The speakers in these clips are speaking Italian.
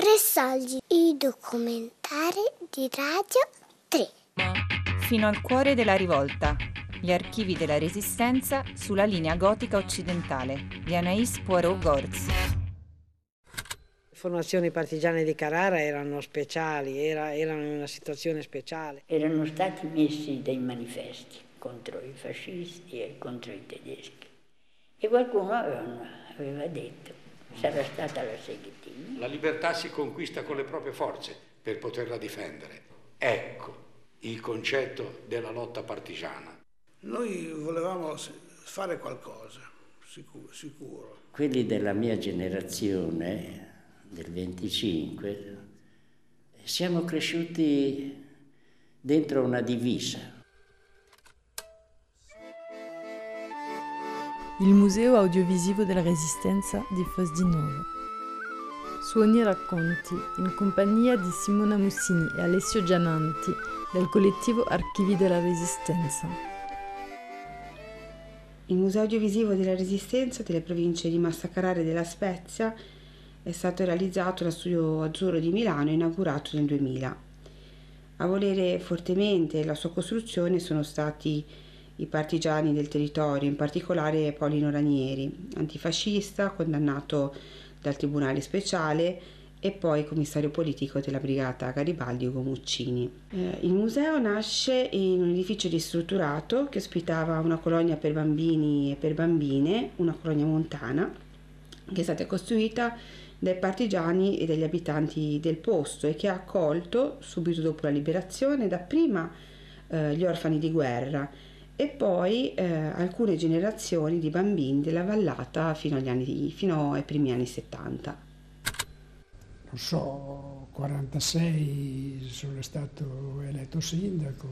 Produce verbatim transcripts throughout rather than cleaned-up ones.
Tre soldi, i documentari di Radio tre. Fino al cuore della rivolta. Gli archivi della Resistenza sulla linea gotica occidentale di Anaïs Poirot-Gorz. Le formazioni partigiane di Carrara erano speciali, era, erano in una situazione speciale. Erano stati messi dei manifesti contro i fascisti e contro i tedeschi. E qualcuno aveva, aveva detto, sarà stata la Seghettini. La libertà si conquista con le proprie forze per poterla difendere. Ecco il concetto della lotta partigiana. Noi volevamo fare qualcosa, sicuro, sicuro. Quelli della mia generazione, del venticinque, siamo cresciuti dentro una divisa. Il Museo Audiovisivo della Resistenza di Foz di Novo. Suoni e racconti in compagnia di Simona Mussini e Alessio Giananti del collettivo Archivi della Resistenza. Il Museo Audiovisivo della Resistenza delle province di Massa Carrara e della Spezia è stato realizzato allo Studio Azzurro di Milano e inaugurato nel duemila. A volere fortemente la sua costruzione sono stati i partigiani del territorio, in particolare Paolino Ranieri, antifascista, condannato dal Tribunale Speciale e poi commissario politico della Brigata Garibaldi Ugo Muccini. Eh, il museo nasce in un edificio ristrutturato che ospitava una colonia per bambini e per bambine, una colonia montana, che è stata costruita dai partigiani e dagli abitanti del posto e che ha accolto, subito dopo la liberazione, dapprima eh, gli orfani di guerra e poi eh, alcune generazioni di bambini della vallata fino agli anni, fino ai primi anni settanta. Non so, quarantasei sono stato eletto sindaco,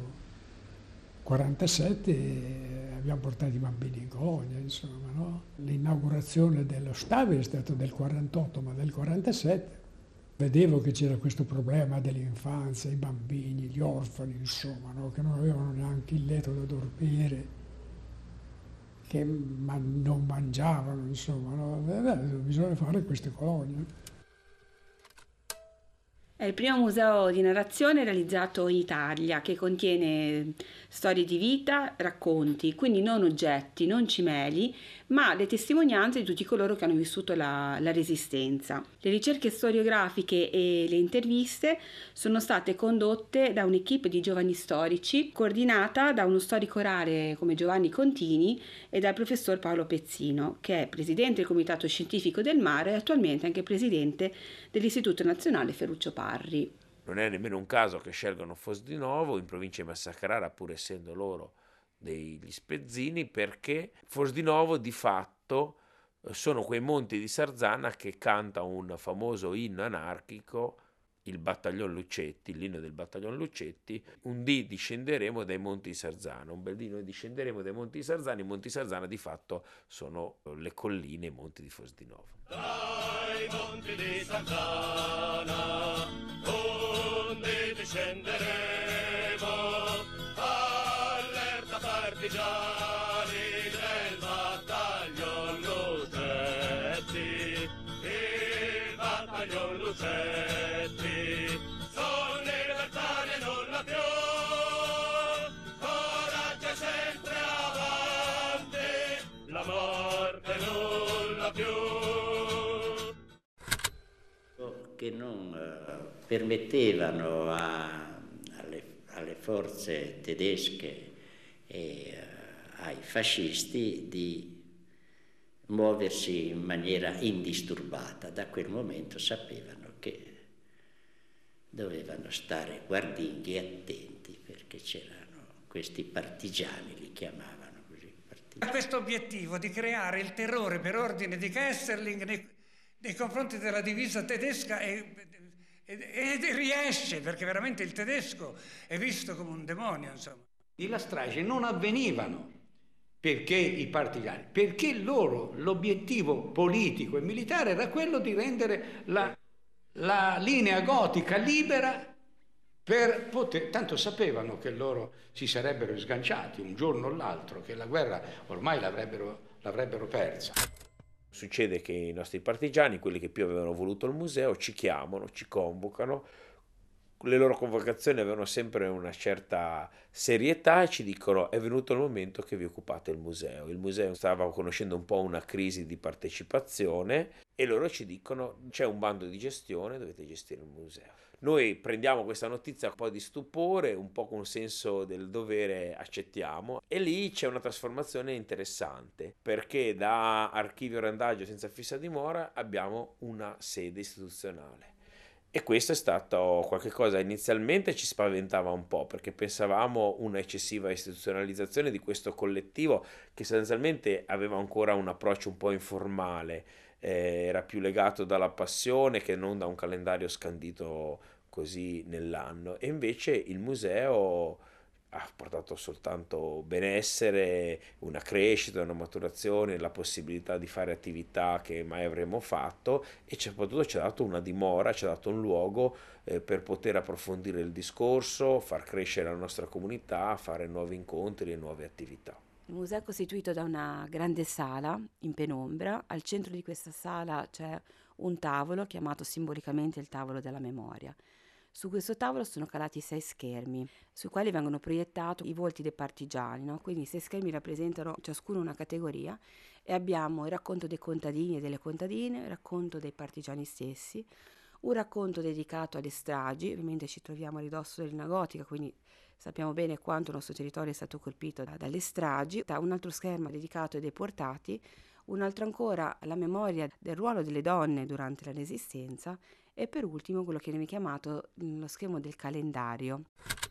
quarantasette abbiamo portato i bambini in colonia, insomma, no? L'inaugurazione dello stabile è stata del quarantotto, ma del quarantasette vedevo che c'era questo problema dell'infanzia, i bambini, gli orfani, insomma, no? Che non avevano neanche il letto da dormire, che man- non mangiavano, insomma, no? Beh, bisogna fare queste colonie. È il primo museo di narrazione realizzato in Italia che contiene storie di vita, racconti, quindi non oggetti, non cimeli, ma le testimonianze di tutti coloro che hanno vissuto la, la Resistenza. Le ricerche storiografiche e le interviste sono state condotte da un'equipe di giovani storici, coordinata da uno storico rare come Giovanni Contini e dal professor Paolo Pezzino, che è presidente del Comitato Scientifico del Mare e attualmente anche presidente dell'Istituto Nazionale Ferruccio Parri. Non è nemmeno un caso che scelgano Foz di Novo in provincia di Massa Carrara, pur essendo loro degli spezzini, perché Foz di Novo di fatto sono quei monti di Sarzana che canta un famoso inno anarchico, il Battaglion Lucetti, l'inno del Battaglion Lucetti. Un dì discenderemo dai monti di Sarzana, un bel dì noi discenderemo dai monti di Sarzana. I monti di Sarzana di fatto sono le colline, i monti di Foz di Novo. Dai monti di Sarzana, onde discenderemo, allerta partigiani del Battaglion Lucetti, il Battaglion Lucetti, sono libertari e nulla più, coraggio è sempre avanti, la morte nulla più. Che non eh, permettevano a, alle, alle forze tedesche e eh, ai fascisti di muoversi in maniera indisturbata. Da quel momento sapevano che dovevano stare guardinghi e attenti perché c'erano questi partigiani, li chiamavano così. Partigiani. Questo obiettivo di creare il terrore per ordine di Kesselring nei, nei confronti della divisa tedesca e, e, e riesce, perché veramente il tedesco è visto come un demonio, insomma. Le stragi non avvenivano perché i partigiani, perché loro l'obiettivo politico e militare era quello di rendere la, la linea gotica libera per poter, tanto sapevano che loro si sarebbero sganciati un giorno o l'altro, che la guerra ormai l'avrebbero, l'avrebbero persa. Succede che i nostri partigiani, quelli che più avevano voluto il museo, ci chiamano, ci convocano. Le loro convocazioni avevano sempre una certa serietà e ci dicono: è venuto il momento che vi occupate il museo. Il museo stava conoscendo un po' una crisi di partecipazione e loro ci dicono: c'è un bando di gestione, dovete gestire il museo. Noi prendiamo questa notizia un po' di stupore, un po' con un senso del dovere accettiamo, e lì c'è una trasformazione interessante, perché da archivio randagio senza fissa dimora abbiamo una sede istituzionale. E questo è stato qualcosa, inizialmente ci spaventava un po', perché pensavamo una eccessiva istituzionalizzazione di questo collettivo che sostanzialmente aveva ancora un approccio un po' informale, eh, era più legato dalla passione che non da un calendario scandito così nell'anno. E invece il museo ha portato soltanto benessere, una crescita, una maturazione, la possibilità di fare attività che mai avremmo fatto, e soprattutto ci ha dato una dimora, ci ha dato un luogo eh, per poter approfondire il discorso, far crescere la nostra comunità, fare nuovi incontri e nuove attività. Il museo è costituito da una grande sala in penombra. Al centro di questa sala c'è un tavolo chiamato simbolicamente il tavolo della memoria. Su questo tavolo sono calati sei schermi, sui quali vengono proiettati i volti dei partigiani, no? Quindi i sei schermi rappresentano ciascuno una categoria, e abbiamo il racconto dei contadini e delle contadine, il racconto dei partigiani stessi, un racconto dedicato alle stragi. Ovviamente ci troviamo a ridosso dell'Arena Gotica, quindi sappiamo bene quanto il nostro territorio è stato colpito da, dalle stragi, un altro schermo dedicato ai deportati, un altro ancora alla memoria del ruolo delle donne durante la Resistenza, e per ultimo quello che viene chiamato lo schermo del calendario.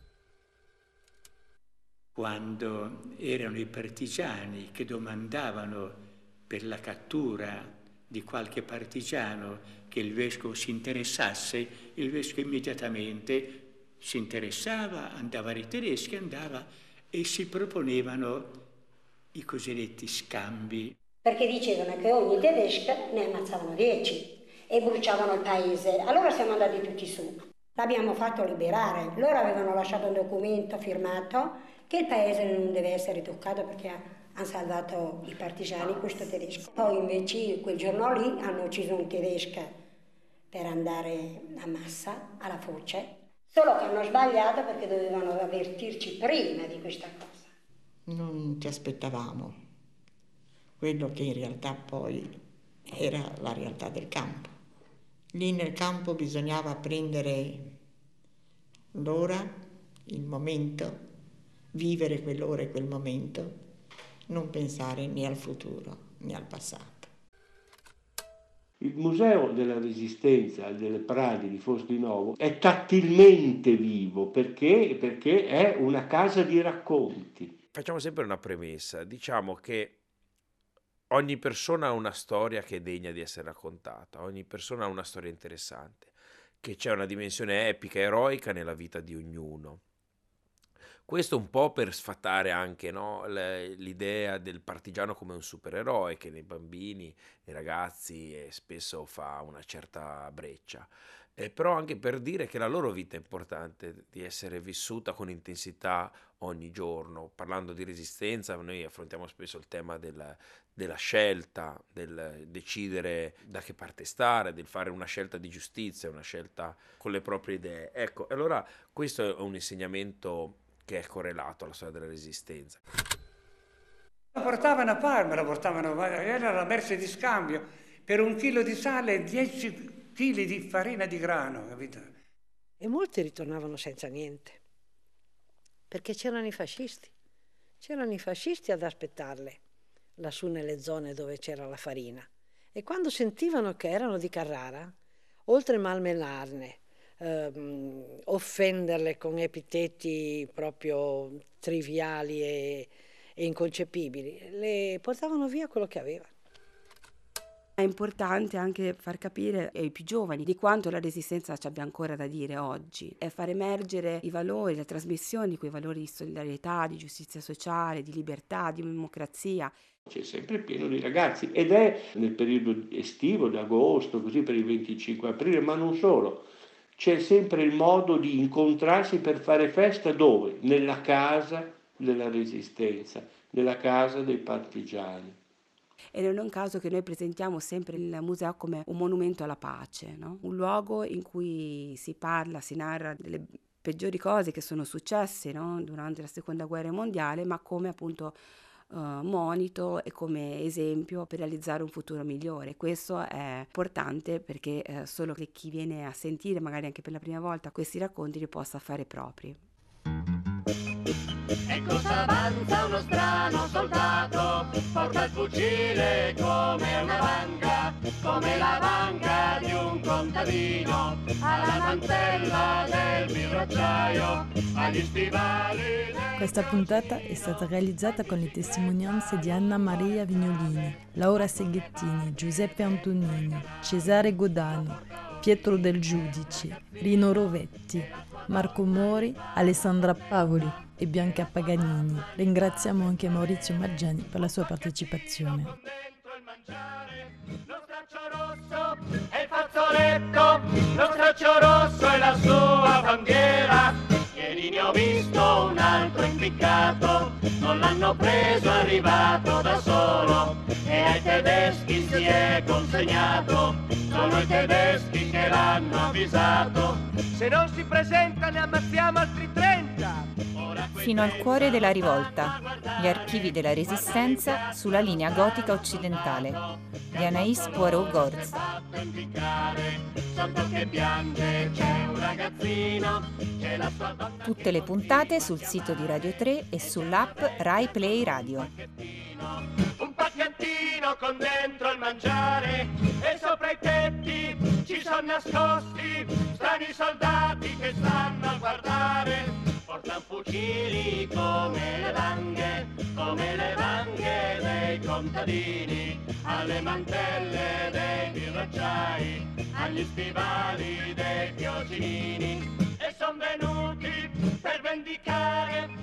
Quando erano i partigiani che domandavano per la cattura di qualche partigiano che il vescovo si interessasse, il vescovo immediatamente si interessava, andava ai tedeschi, andava e si proponevano i cosiddetti scambi. Perché dicevano che ogni tedesco ne ammazzavano dieci e bruciavano il paese. Allora siamo andati tutti su. L'abbiamo fatto liberare. Loro avevano lasciato un documento firmato che il paese non deve essere toccato perché hanno salvato i partigiani, questo tedesco. Poi invece quel giorno lì hanno ucciso un tedesco per andare a Massa, alla Foce. Solo che hanno sbagliato perché dovevano avvertirci prima di questa cosa. Non ti aspettavamo quello che in realtà poi era la realtà del campo. Lì nel campo bisognava prendere l'ora, il momento, vivere quell'ora e quel momento, non pensare né al futuro né al passato. Il Museo della Resistenza delle Pradi di Fosdinovo è tattilmente vivo perché, perché è una casa di racconti. Facciamo sempre una premessa, diciamo che ogni persona ha una storia che è degna di essere raccontata, ogni persona ha una storia interessante, che c'è una dimensione epica e eroica nella vita di ognuno. Questo un po' per sfatare anche, no, l'idea del partigiano come un supereroe che nei bambini, nei ragazzi eh, spesso fa una certa breccia, eh, però anche per dire che la loro vita è importante di essere vissuta con intensità ogni giorno. Parlando di resistenza, noi affrontiamo spesso il tema del, della scelta, del decidere da che parte stare, del fare una scelta di giustizia, una scelta con le proprie idee. Ecco, allora questo è un insegnamento che è correlato alla storia della Resistenza. La portavano a Parma, la portavano, era la merce di scambio, per un chilo di sale e dieci chili di farina di grano, capito? E molti ritornavano senza niente, perché c'erano i fascisti, c'erano i fascisti ad aspettarle, lassù nelle zone dove c'era la farina. E quando sentivano che erano di Carrara, oltre malmenarne, ehm, offenderle con epiteti proprio triviali e, e inconcepibili, le portavano via quello che avevano. È importante anche far capire ai più giovani di quanto la Resistenza ci abbia ancora da dire oggi, e far emergere i valori, la trasmissione di quei valori di solidarietà, di giustizia sociale, di libertà, di democrazia. C'è sempre pieno di ragazzi ed è nel periodo estivo, d'agosto, così per il venticinque aprile, ma non solo. C'è sempre il modo di incontrarsi per fare festa dove? Nella casa della Resistenza, nella casa dei partigiani. E non è un caso che noi presentiamo sempre il museo come un monumento alla pace, no? Un luogo in cui si parla, si narra delle peggiori cose che sono successe, no? Durante la seconda guerra mondiale, ma come appunto uh, monito e come esempio per realizzare un futuro migliore. Questo è importante perché uh, solo che chi viene a sentire magari anche per la prima volta questi racconti li possa fare propri. E cosa avanza uno strano soldato, porta il fucile come una vanga, come la vanga di un contadino, alla mantella del birracciaio, agli stivali del... Questa puntata è stata realizzata con le testimonianze di Anna Maria Vignolini, Laura Seghettini, Giuseppe Antonini, Cesare Godano, Pietro Del Giudici, Rino Rovetti, Marco Mori, Alessandra Pavoli e Bianca Paganini. Ringraziamo anche Maurizio Maggiani per la sua partecipazione. Lo straccio rosso è il fazzoletto, lo straccio rosso è la sua bandiera. Ieri ne ho visto un altro impiccato, non l'hanno preso, è arrivato da solo e ai tedeschi si è consegnato. Sono i tedeschi che l'hanno avvisato. Se non si presenta ne ammazziamo altri trenta. Fino al cuore della rivolta, gli archivi della Resistenza sulla linea gotica occidentale di Anaïs Poirot-Gorz. Tutte le puntate sul sito di Radio tre e sull'app Rai Play Radio. Un paccantino con dentro il mangiare e sopra i tetti ci sono nascosti strani soldati che stanno a guardare. Portano fucili come le vanghe, come le vanghe dei contadini, alle mantelle dei birracciai, agli stivali dei fiocinini, e son venuti per vendicare